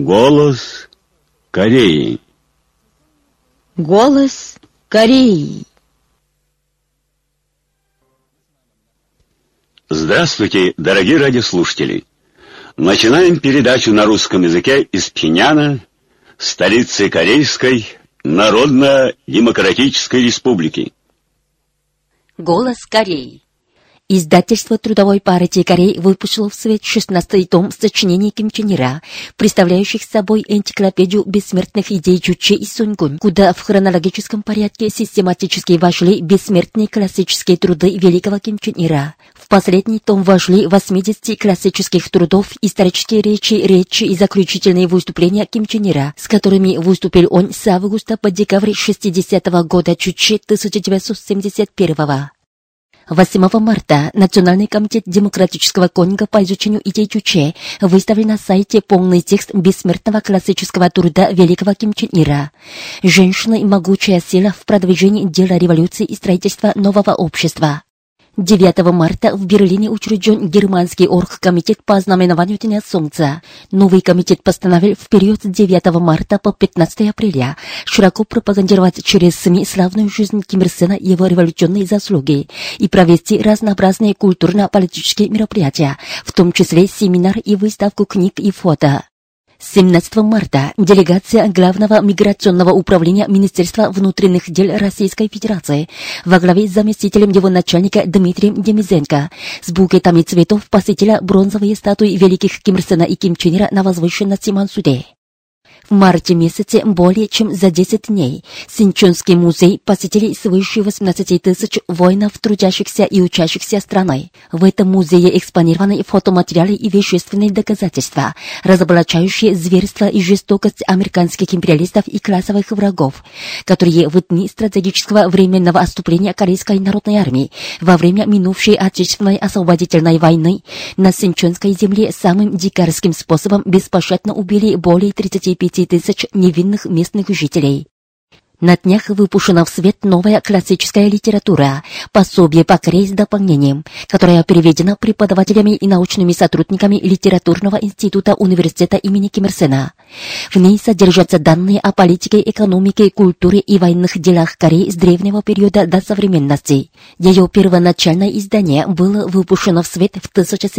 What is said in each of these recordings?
Голос Кореи. Голос Кореи. Здравствуйте, дорогие радиослушатели! Начинаем передачу на русском языке из Пхеньяна, столицы Корейской Народно-Демократической Республики. Голос Кореи. Издательство Трудовой партии Кореи выпустило в свет 16-й том сочинений Ким Чен Ира, представляющих собой энциклопедию бессмертных идей Чуче и Сунгун, куда в хронологическом порядке систематически вошли бессмертные классические труды великого Ким Чен Ира. В последний том вошли 80 классических трудов, исторические речи и заключительные выступления Ким Чен Ира, с которыми выступил он с августа по декабрь 60-го года Чуче 1971-го. 8 марта Национальный комитет демократического конинга по изучению идей Чуче выставил на сайте полный текст бессмертного классического труда великого Ким Чен Ира. «Женщина и могучая сила в продвижении дела революции и строительства нового общества». 9 марта в Берлине учрежден германский оргкомитет по знаменованию Дня Солнца. Новый комитет постановил в период с 9 марта по 15 апреля широко пропагандировать через СМИ славную жизнь Ким Ир Сена и его революционные заслуги и провести разнообразные культурно-политические мероприятия, в том числе семинар и выставку книг и фото. 17 марта делегация Главного миграционного управления Министерства внутренних дел Российской Федерации во главе с заместителем его начальника Дмитрием Демизенко с букетами цветов посетила бронзовые статуи великих Ким Ир Сена и Ким Чен Ира на возвышенности Мансуде. В марте месяце более чем за 10 дней Синчонский музей посетили свыше 18 тысяч воинов, трудящихся и учащихся страной. В этом музее экспонированы фотоматериалы и вещественные доказательства, разоблачающие зверство и жестокость американских империалистов и классовых врагов, которые в дни стратегического временного отступления Корейской народной армии во время минувшей Отечественной освободительной войны на Синчонской земле самым дикарским способом беспощадно убили более 35 тысяч невинных местных жителей. На днях выпущена в свет новая классическая литература, пособие по Корее с дополнением, которая переведена преподавателями и научными сотрудниками Литературного института университета имени Ким Ир Сена. В ней содержатся данные о политике, экономике, культуре и военных делах Кореи с древнего периода до современности. Ее первоначальное издание было выпущено в свет в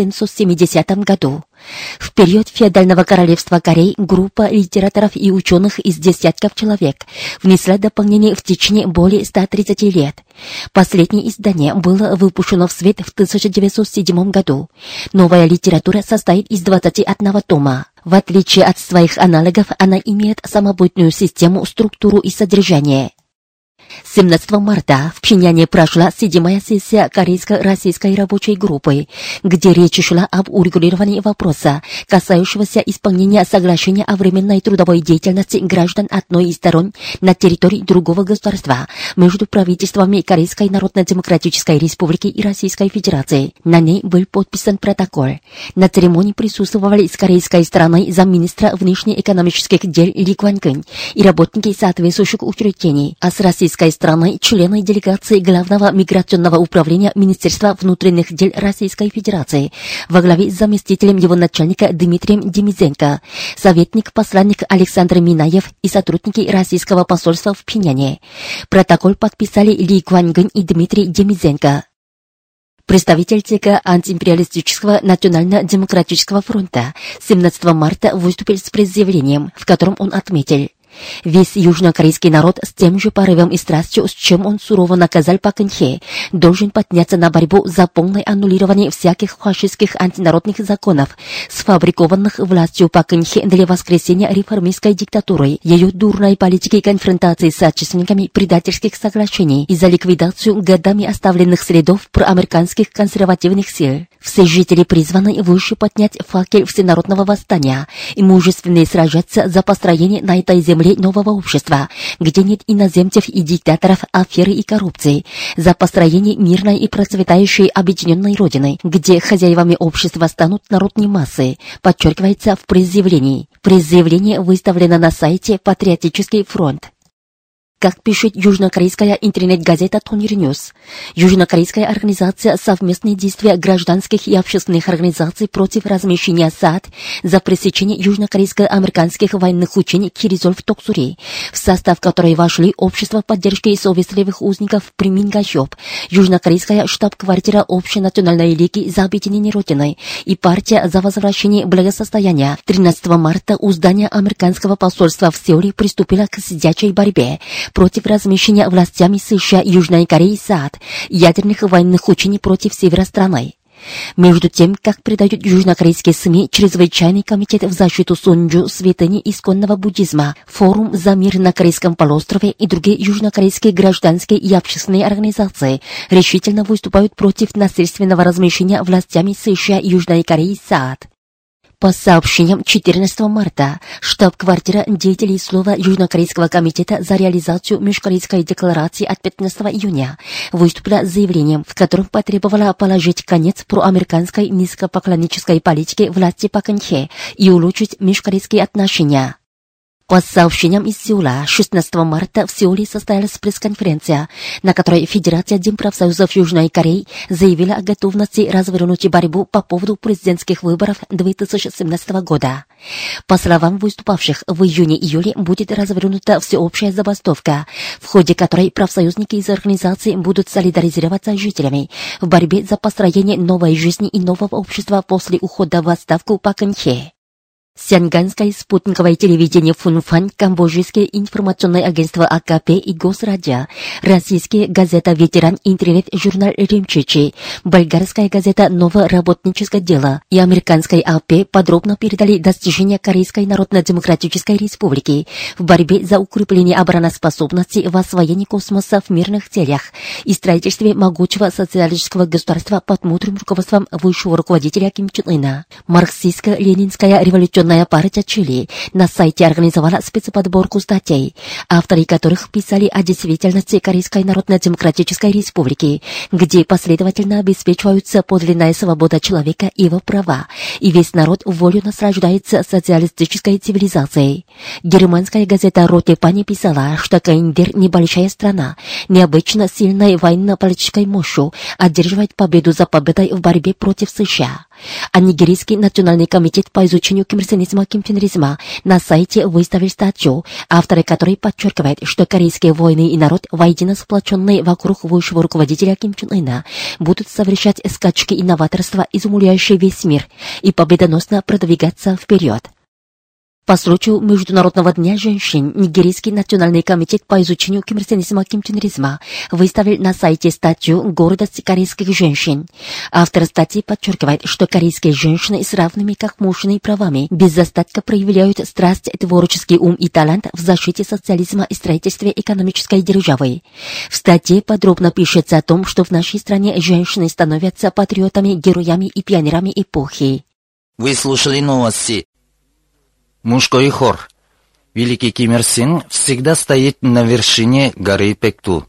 1770 году. В период феодального королевства Кореи группа литераторов и ученых из десятков человек внесла дополнение в течение более 130 лет. Последнее издание было выпущено в свет в 1907 году. Новая литература состоит из 21 тома. В отличие от своих аналогов, она имеет самобытную систему, структуру и содержание. 17 марта в Пхеньяне прошла 7-я сессия Корейско-российской рабочей группы, где речь шла об урегулировании вопроса, касающегося исполнения соглашения о временной трудовой деятельности граждан одной из сторон на территории другого государства между правительствами Корейской Народно-Демократической Республики и Российской Федерации. На ней был подписан протокол. На церемонии присутствовали с корейской стороны замминистра внешнеэкономических дел Ли Кван-кын и работники соответствующих учреждений, а с российской стороны члены делегации Главного миграционного управления Министерства внутренних дел Российской Федерации во главе с заместителем его начальника Дмитрием Демизенко, советник-посланник Александр Минаев и сотрудники российского посольства в Пхеньяне. Протокол подписали Ли Кван-кын и Дмитрий Демизенко. Представитель ЦК антиимпериалистического национально-демократического фронта 17 марта выступил с пресс-заявлением, в котором он отметил: весь южнокорейский народ с тем же порывом и страстью, с чем он сурово наказал Пак Кын Хе, должен подняться на борьбу за полное аннулирование всяких фашистских антинародных законов, сфабрикованных властью Пак Кын Хе для воскресения реформистской диктатуры, ее дурной политики конфронтации с отечественниками предательских соглашений и за ликвидацию годами оставленных следов проамериканских консервативных сил. Все жители призваны выше поднять факел всенародного восстания и мужественно сражаться за построение на этой земле нового общества, где нет иноземцев и диктаторов, аферы и коррупции, за построение мирной и процветающей объединенной родины, где хозяевами общества станут народные массы, подчеркивается в пресс-заявлении. Пресс-заявление выставлено на сайте «Патриотический фронт». Как пишет южнокорейская интернет-газета Тонир Ньюс, южнокорейская организация «Совместные действия гражданских и общественных организаций против размещения САД» за пресечение южнокорейско-американских военных учений Киризол в Токсуре, в состав которой вошли Общество поддержки совестливых узников при Мингасёб, южнокорейская штаб-квартира Общенациональной лиги за объединение Родины и партия за возвращение благосостояния. 13 марта у здания американского посольства в Сеуле приступила к сидячей борьбе против размещения властями США и Южной Кореи САД ядерных военных учений против севера страны. Между тем, как передают южнокорейские СМИ, Чрезвычайный комитет в защиту Сонджу, святыни исконного буддизма, Форум за мир на Корейском полуострове и другие южнокорейские гражданские и общественные организации решительно выступают против насильственного размещения властями США и Южной Кореи САД. По сообщениям 14 марта, штаб-квартира деятелей слова Южнокорейского комитета за реализацию Межкорейской декларации от 15 июня выступила с заявлением, в котором потребовала положить конец проамериканской низкопоклоннической политике власти Пак Кын Хе и улучшить межкорейские отношения. По сообщениям из Сеула, 16 марта в Сеуле состоялась пресс-конференция, на которой Федерация демпрофсоюзов Южной Кореи заявила о готовности развернуть борьбу по поводу президентских выборов 2017 года. По словам выступавших, в июне-июле будет развернута всеобщая забастовка, в ходе которой профсоюзники из организации будут солидаризироваться с жителями в борьбе за построение новой жизни и нового общества после ухода в отставку Пак Кын Хе. Сянганское спутниковое телевидение Фунфан, Камбоджийское информационное агентство АКП и Госрадио, российская газета «Ветеран», интернет-журнал «Римчичи», болгарская газета «Новое работническое дело» и американская АП подробно передали достижения Корейской Народно-Демократической Республики в борьбе за укрепление обороноспособности в освоении космоса в мирных целях и строительстве могучего социалистического государства под мудрым руководством высшего руководителя Ким Чен Ына. Марксистско-ленинская революционная партия Чили на сайте организовала спецподборку статей, авторы которых писали о действительности Корейской Народно-Демократической Республики, где последовательно обеспечиваются подлинная свобода человека и его права, и весь народ волю наслаждается социалистической цивилизацией. Германская газета «Ротепани» писала, что КНДР небольшая страна, необычно сильной военно-политической мощью, одерживает победу за победой в борьбе против США. А Нигерийский национальный комитет по изучению кимирсенизма, кимченризма на сайте выставил статью, авторы которой подчеркивают, что корейские воины и народ, воедино сплоченные вокруг высшего руководителя Ким Чен Ына, будут совершать скачки инноваторства, изумляющие весь мир, и победоносно продвигаться вперед. По случаю Международного дня женщин Нигерийский национальный комитет по изучению кимирсенизма, кимченризма выставил на сайте статью «Гордость корейских женщин». Автор статьи подчеркивает, что корейские женщины с равными как мужчины правами без остатка проявляют страсть, творческий ум и талант в защите социализма и строительстве экономической державы. В статье подробно пишется о том, что в нашей стране женщины становятся патриотами, героями и пионерами эпохи. Вы слушали новости. Мужской хор. Великий Ким Ир Сен всегда стоит на вершине горы Пекту.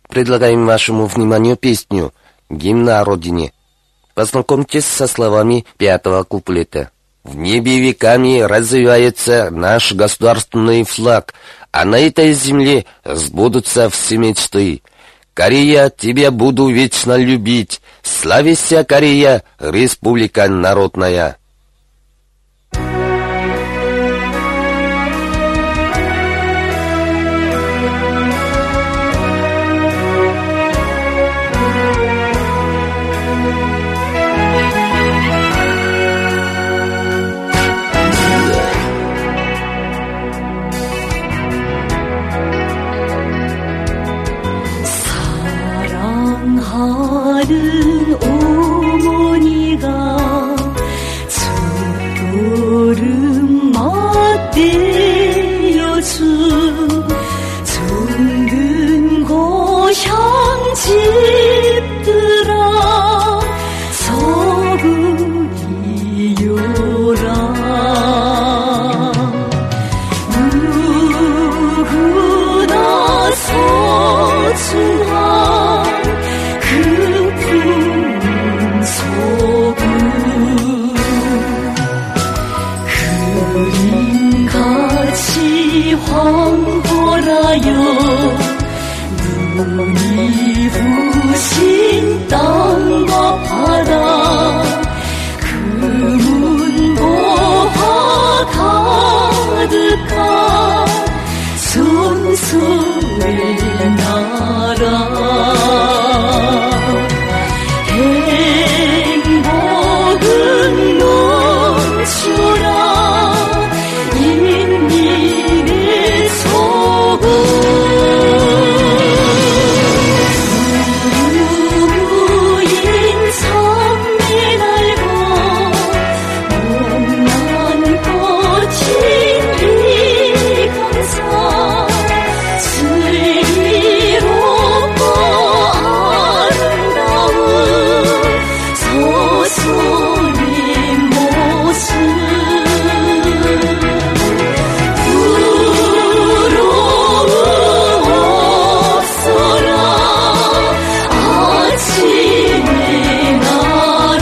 предлагаем вашему вниманию песню «Гимн о Родине». Познакомьтесь со словами 5-го куплета. В небе веками развивается наш государственный флаг, а на этой земле сбудутся все мечты. Корея, тебя буду вечно любить, славися, Корея, республика народная. 사랑하는 어머니가 첫걸음 맞대어준 정든 고향집들아 서구이여라 누구나 소중한 그림같이 황홀하여 눈이 부신 땅과 바다 금은보화 가득한 순수의 나라 행복은 넘쳐라 인민의 소금 누구인 삶의 날고 못난 꽃인 이 감사 슬기롭고 아름다운 소소의 모습 부러움 없어라 아침의 나라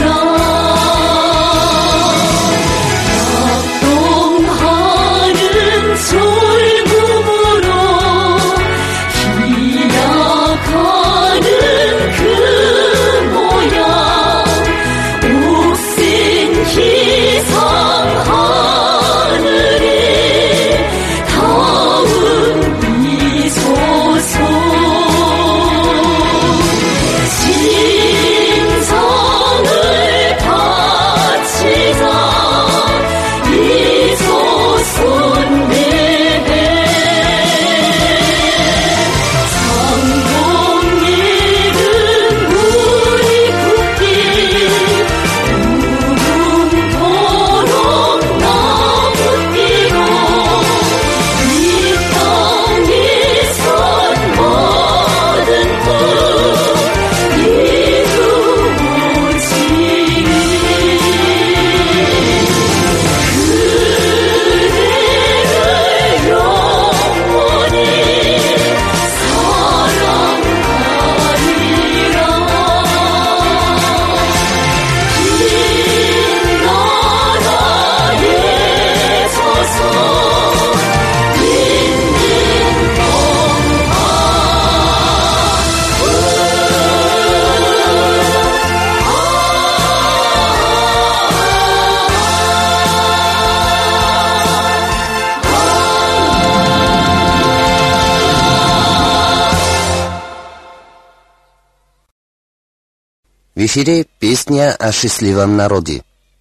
약동하는 졸음으로 기약하는 그 모양 옥센 기상 하늘에 닿은 이소서 심장을 바치자 이소선내 상동일은 우리 국기 무궁토록 나무띠고 이 땅에선 모든 꿈 이루어지리 그대를 영원히 사랑하리라 긴 나라에 서서 В эфире песня о счастливом народе.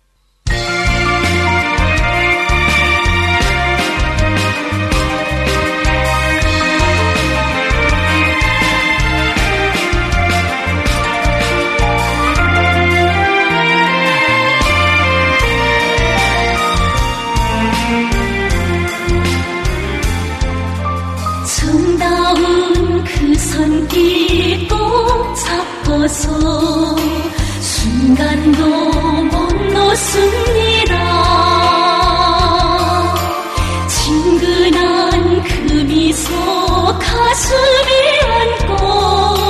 정다운 그 손길 꼭 잡고서 순간도 못 놓습니다. 친근한 그 미소 가슴에 안고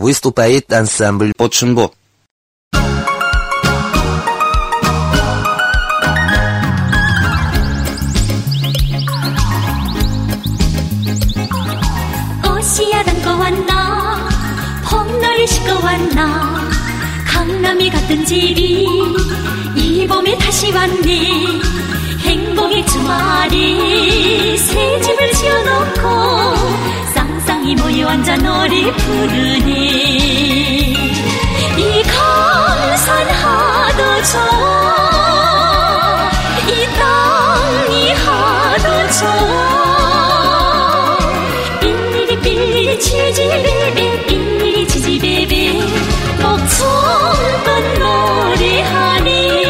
выступает ансамбль Почунбо. 꽃이야 담고 왔나 폭설이 싣고 왔나 강남이 갔던 집이 이 봄에 다시 왔네 행복의 주말이 새 집을 지어놓고 쌍쌍이 모여 앉아 노래 부르네 이 강산 하도 좋아 이 땅이 하도 좋아 삐리삐리 치지베베 삐리리 치지베베 목청껏 노래하네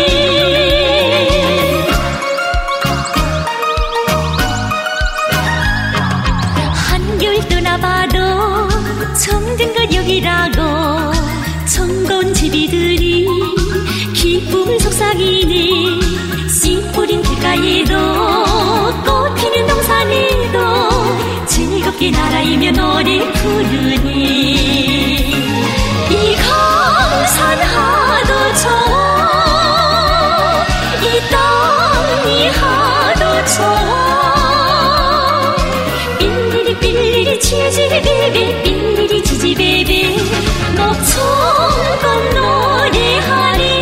한겨울 떠나봐도 정든 것 여기라고 정겨운 제비들이 기쁨을 속삭이네 씨 뿌린 길가에도 꽃 피는 동산에도 즐겁게 날아이며 노래 부르네 이 강산 하도 좋아 이 땅이 하도 좋아 삐리리 삐리리 치지베베 삐리리 치지베베 목청껏 노래하네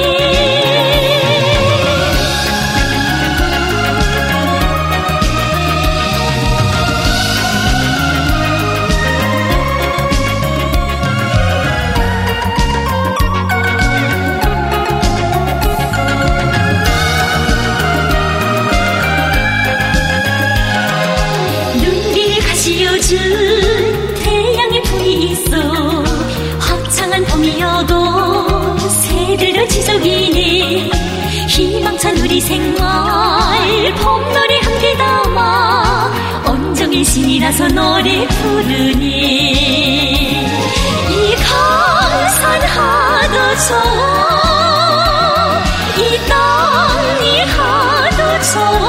태양의 품이 있어 화창한 봄이어도 새들도 지속이네 희망찬 우리 생활 봄노래 함께 담아 온종일 신이 나서 노래 부르네 이 강산 하도 좋아 이 땅이 하도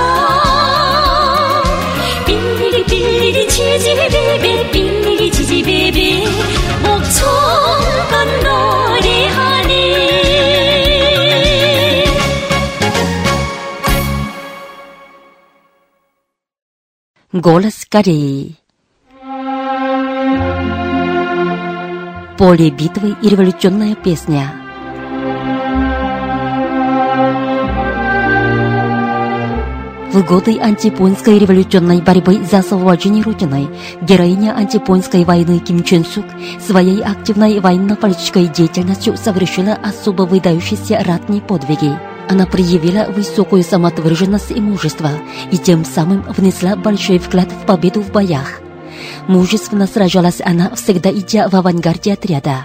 좋아 삐리리 치지베베 삐리리 치지베베 목청껏 노래하네 Голос Кореи. Поле битвы и революционная песня. В годы антияпонской революционной борьбы за освобождение Родины героиня антияпонской войны Ким Чен Сук своей активной военно-политической деятельностью совершила особо выдающиеся ратные подвиги. Она проявила высокую самоотверженность и мужество, и тем самым внесла большой вклад в победу в боях. Мужественно сражалась она, всегда идя в авангарде отряда.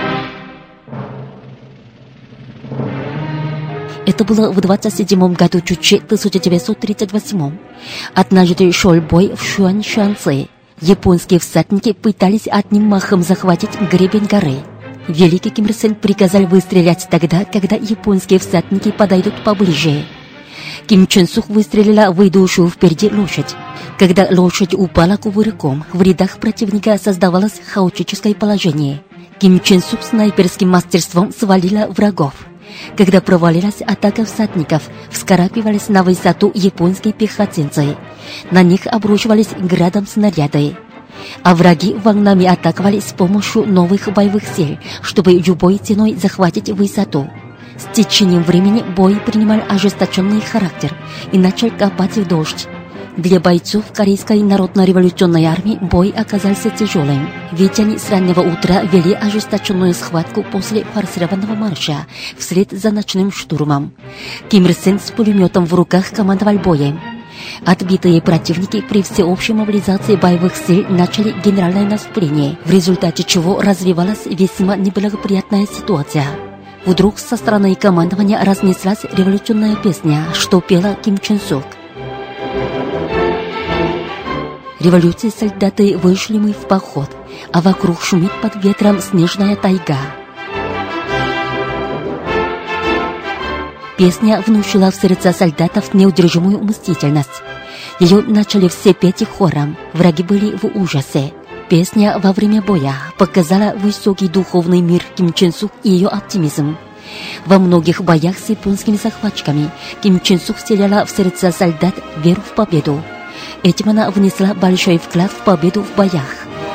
Это было в 27 году Чуче 1938. Однажды шел бой в Шуаншанце. Японские всадники пытались одним махом захватить гребень горы. Великий Ким Ир Сен приказал выстрелять тогда, когда японские всадники подойдут поближе. Ким Чен Сук выстрелила в идущую впереди лошадь. Когда лошадь упала кувырком, в рядах противника создавалось хаотическое положение. Ким Чен Сук снайперским мастерством свалила врагов. Когда провалилась атака всадников, вскарабкивались на высоту японские пехотинцы. На них обрушивались градом снаряды. А враги волнами атаковали с помощью новых боевых сил, чтобы любой ценой захватить высоту. С течением времени бой принимал ожесточенный характер и начал капать дождь. Для бойцов Корейской народно-революционной армии бой оказался тяжелым, ведь они с раннего утра вели ожесточенную схватку после форсированного марша вслед за ночным штурмом. Ким Ир Сен с пулеметом в руках командовал боем. Отбитые противники при всеобщей мобилизации боевых сил начали генеральное наступление, в результате чего развивалась весьма неблагоприятная ситуация. Вдруг со стороны командования разнеслась революционная песня, что пела Ким Чен Сук. Революции солдаты вышли мы в поход, а вокруг шумит под ветром снежная тайга. Песня внушила в сердца солдатов неудержимую мстительность. Ее начали все петь хором, враги были в ужасе. Песня во время боя показала высокий духовный мир Ким Чен Сук и ее оптимизм. Во многих боях с японскими захватчиками Ким Чен Сук вселяла в сердца солдат веру в победу. Этим она внесла большой вклад в победу в боях.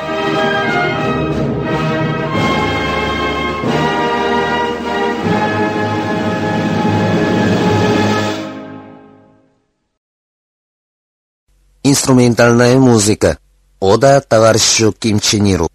Инструментальная музыка. Ода товарищу Ким Чен Иру.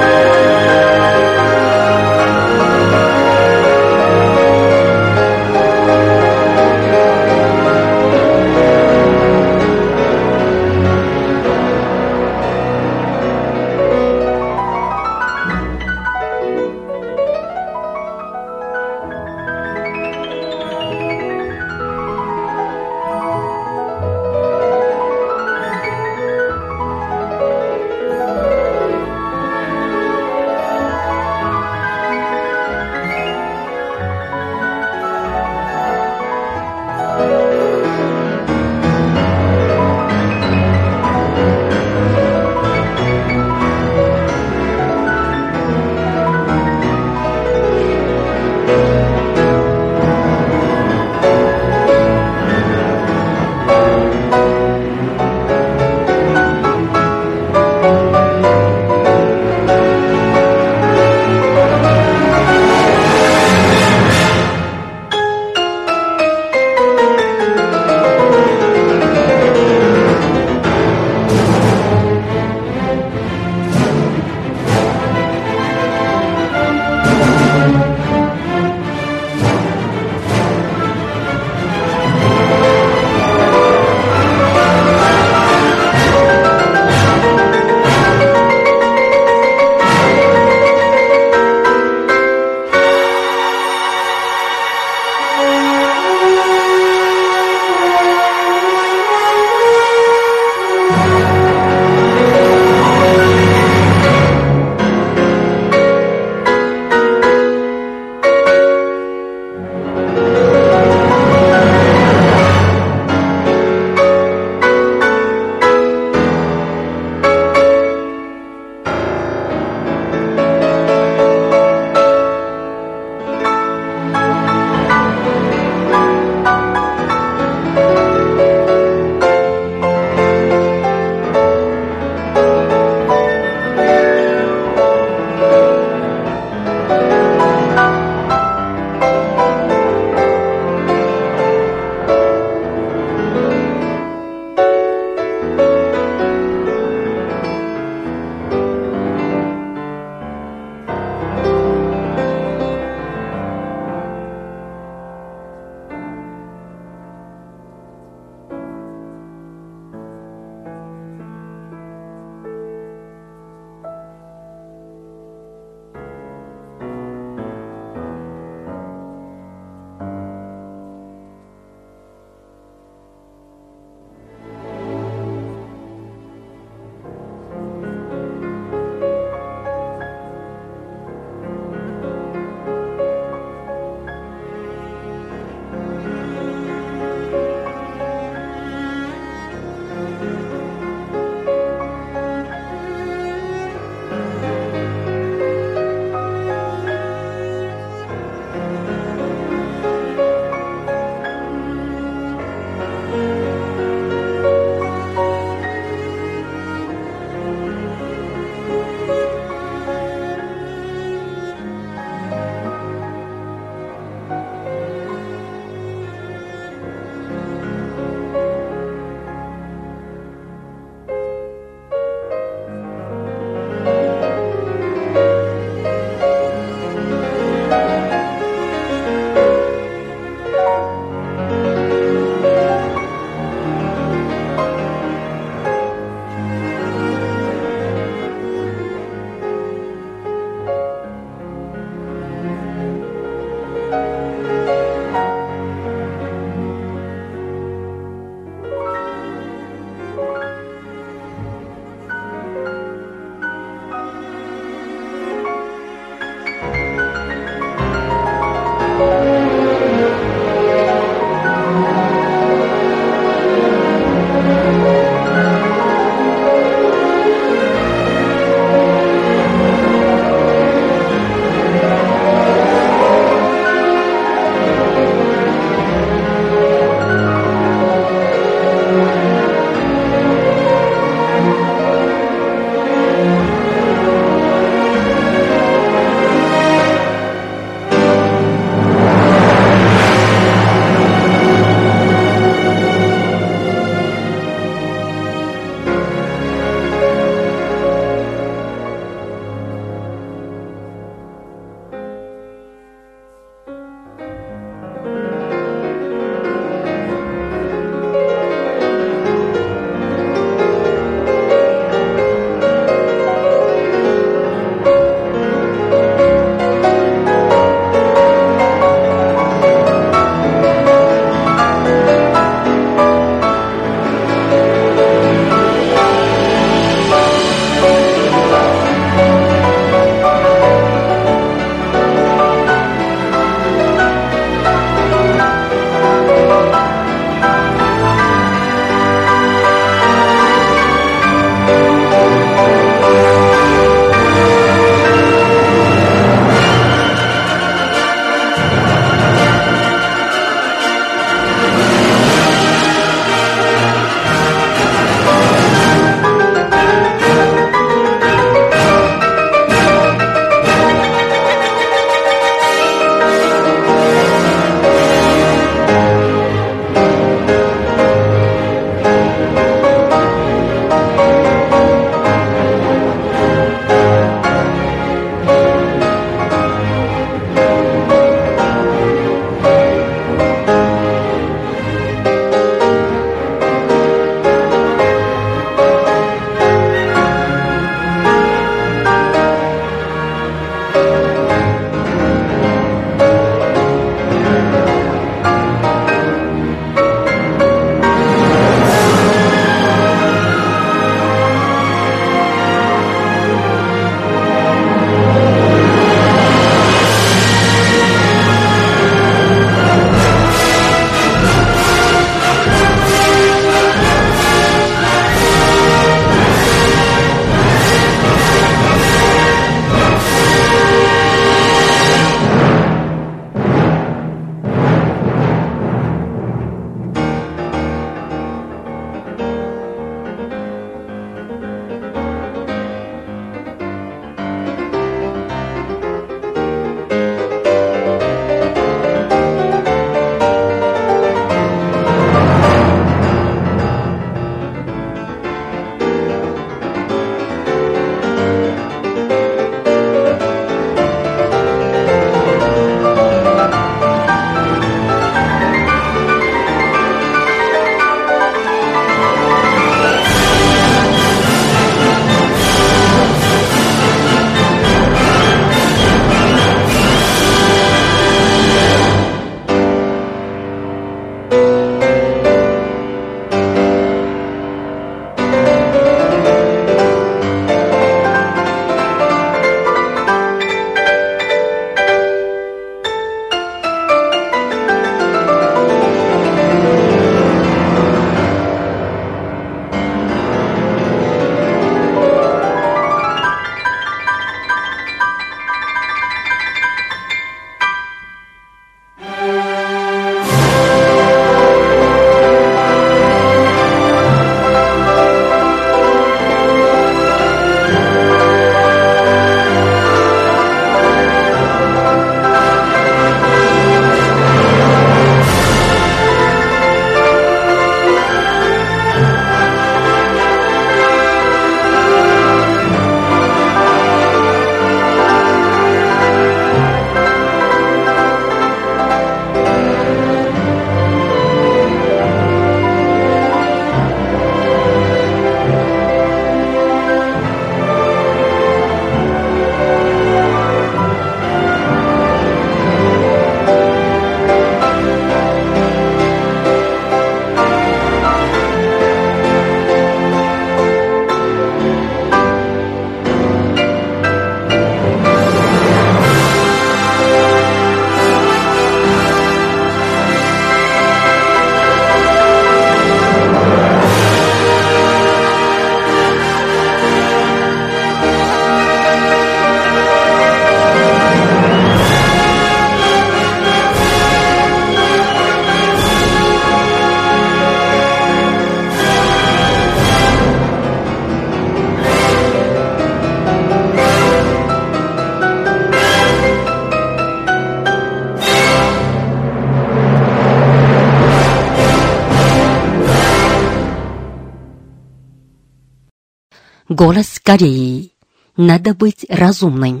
Голос Кореи. Надо быть разумным.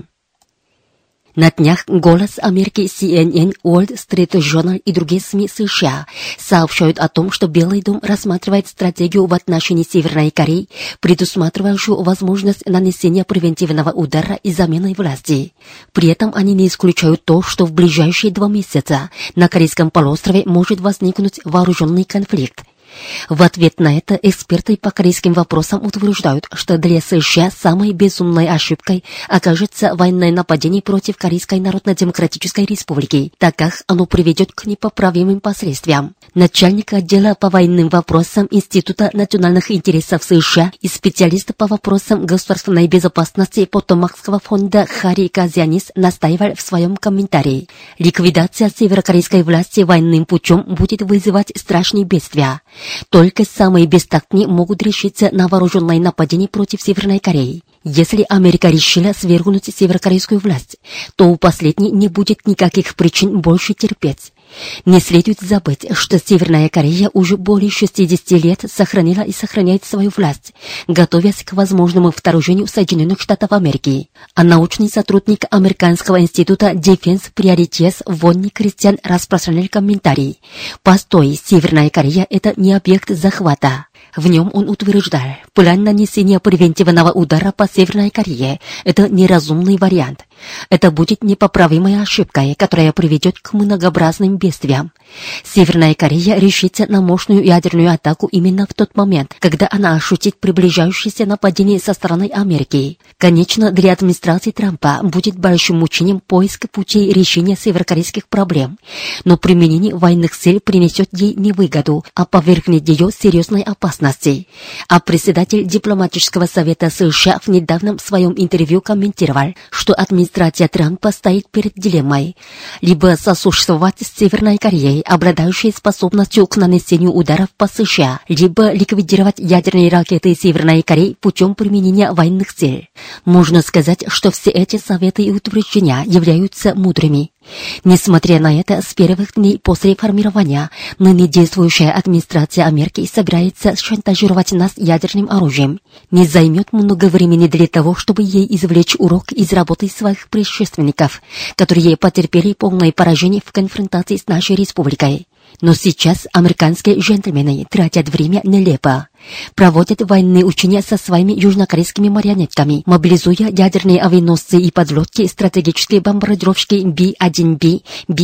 На днях «Голос Америки», CNN, Wall Street Journal и другие СМИ США сообщают о том, что Белый дом рассматривает стратегию в отношении Северной Кореи, предусматривающую возможность нанесения превентивного удара и замены власти. При этом они не исключают то, что в ближайшие 2 месяца на Корейском полуострове может возникнуть вооруженный конфликт. В ответ на это эксперты по корейским вопросам утверждают, что для США самой безумной ошибкой окажется военное нападение против Корейской Народно-Демократической Республики, так как оно приведет к непоправимым последствиям. Начальник отдела по военным вопросам Института национальных интересов США и специалист по вопросам государственной безопасности Потомакского фонда Хари Казианис настаивал в своем комментарии: ликвидация северокорейской власти военным путем будет вызывать страшные бедствия. Только самые бестактные могут решиться на вооруженное нападение против Северной Кореи. Если Америка решила свергнуть северокорейскую власть, то у последней не будет никаких причин больше терпеть. Не следует забыть, что Северная Корея уже более 60 лет сохранила и сохраняет свою власть, готовясь к возможному вторжению Соединенных Штатов Америки. А научный сотрудник Американского института Defense Priorities Вонни Кристиан распространил комментарий: «Постой, Северная Корея — это не объект захвата». В нем он утверждал, план нанесения превентивного удара по Северной Корее – это неразумный вариант. Это будет непоправимой ошибкой, которая приведет к многообразным бедствиям. Северная Корея решится на мощную ядерную атаку именно в тот момент, когда она ощутит приближающееся нападение со стороны Америки. Конечно, для администрации Трампа будет большим мучением поиск путей решения северокорейских проблем, но применение военных сил принесет ей не выгоду, а повергнет ее серьезной опасности. А председатель дипломатического совета США в недавнем своем интервью комментировал, что администрация Трампа стоит перед дилеммой: либо сосуществовать с Северной Кореей, обладающей способностью к нанесению ударов по США, либо ликвидировать ядерные ракеты Северной Кореи путем применения военных сил. Можно сказать, что все эти советы и утверждения являются мудрыми. Несмотря на это, с первых дней после формирования ныне действующая администрация Америки собирается шантажировать нас ядерным оружием. Не займет много времени для того, чтобы ей извлечь урок из работы своих предшественников, которые потерпели полное поражение в конфронтации с нашей республикой. Но сейчас американские джентльмены тратят время нелепо. Проводят военные учения со своими южнокорейскими марионетками, мобилизуя ядерные авианосцы и подлодки, стратегические бомбардировщики B-1B,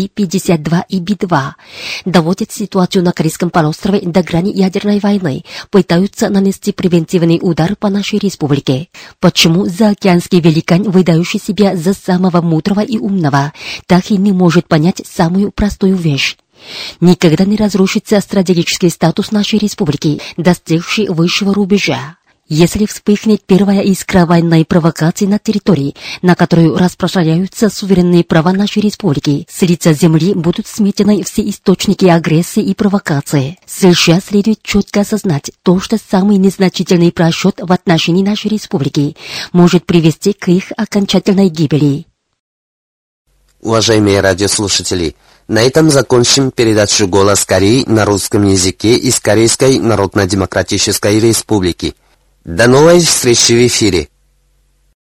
B-52 и B-2. Доводят ситуацию на Корейском полуострове до грани ядерной войны, пытаются нанести превентивный удар по нашей республике. Почему заокеанский великан, выдающий себя за самого мудрого и умного, так и не может понять самую простую вещь? Никогда не разрушится стратегический статус нашей республики, достигший высшего рубежа. Если вспыхнет первая искра военной провокации на территории, на которую распространяются суверенные права нашей республики, с лица земли будут сметены все источники агрессии и провокации. США следует четко осознать то, что самый незначительный просчет в отношении нашей республики может привести к их окончательной гибели. Уважаемые радиослушатели, на этом закончим передачу «Голос Кореи» на русском языке из Корейской Народно-Демократической Республики. До новой встречи в эфире.